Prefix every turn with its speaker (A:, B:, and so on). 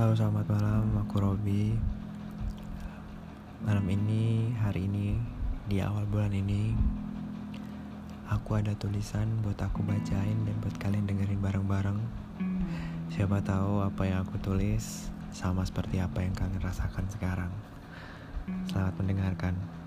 A: Halo, selamat malam, aku Robi. Hari ini, di awal bulan ini, aku ada tulisan buat aku bacain dan buat kalian dengerin bareng-bareng. Siapa tahu apa yang aku tulis sama seperti apa yang kalian rasakan sekarang. Selamat mendengarkan.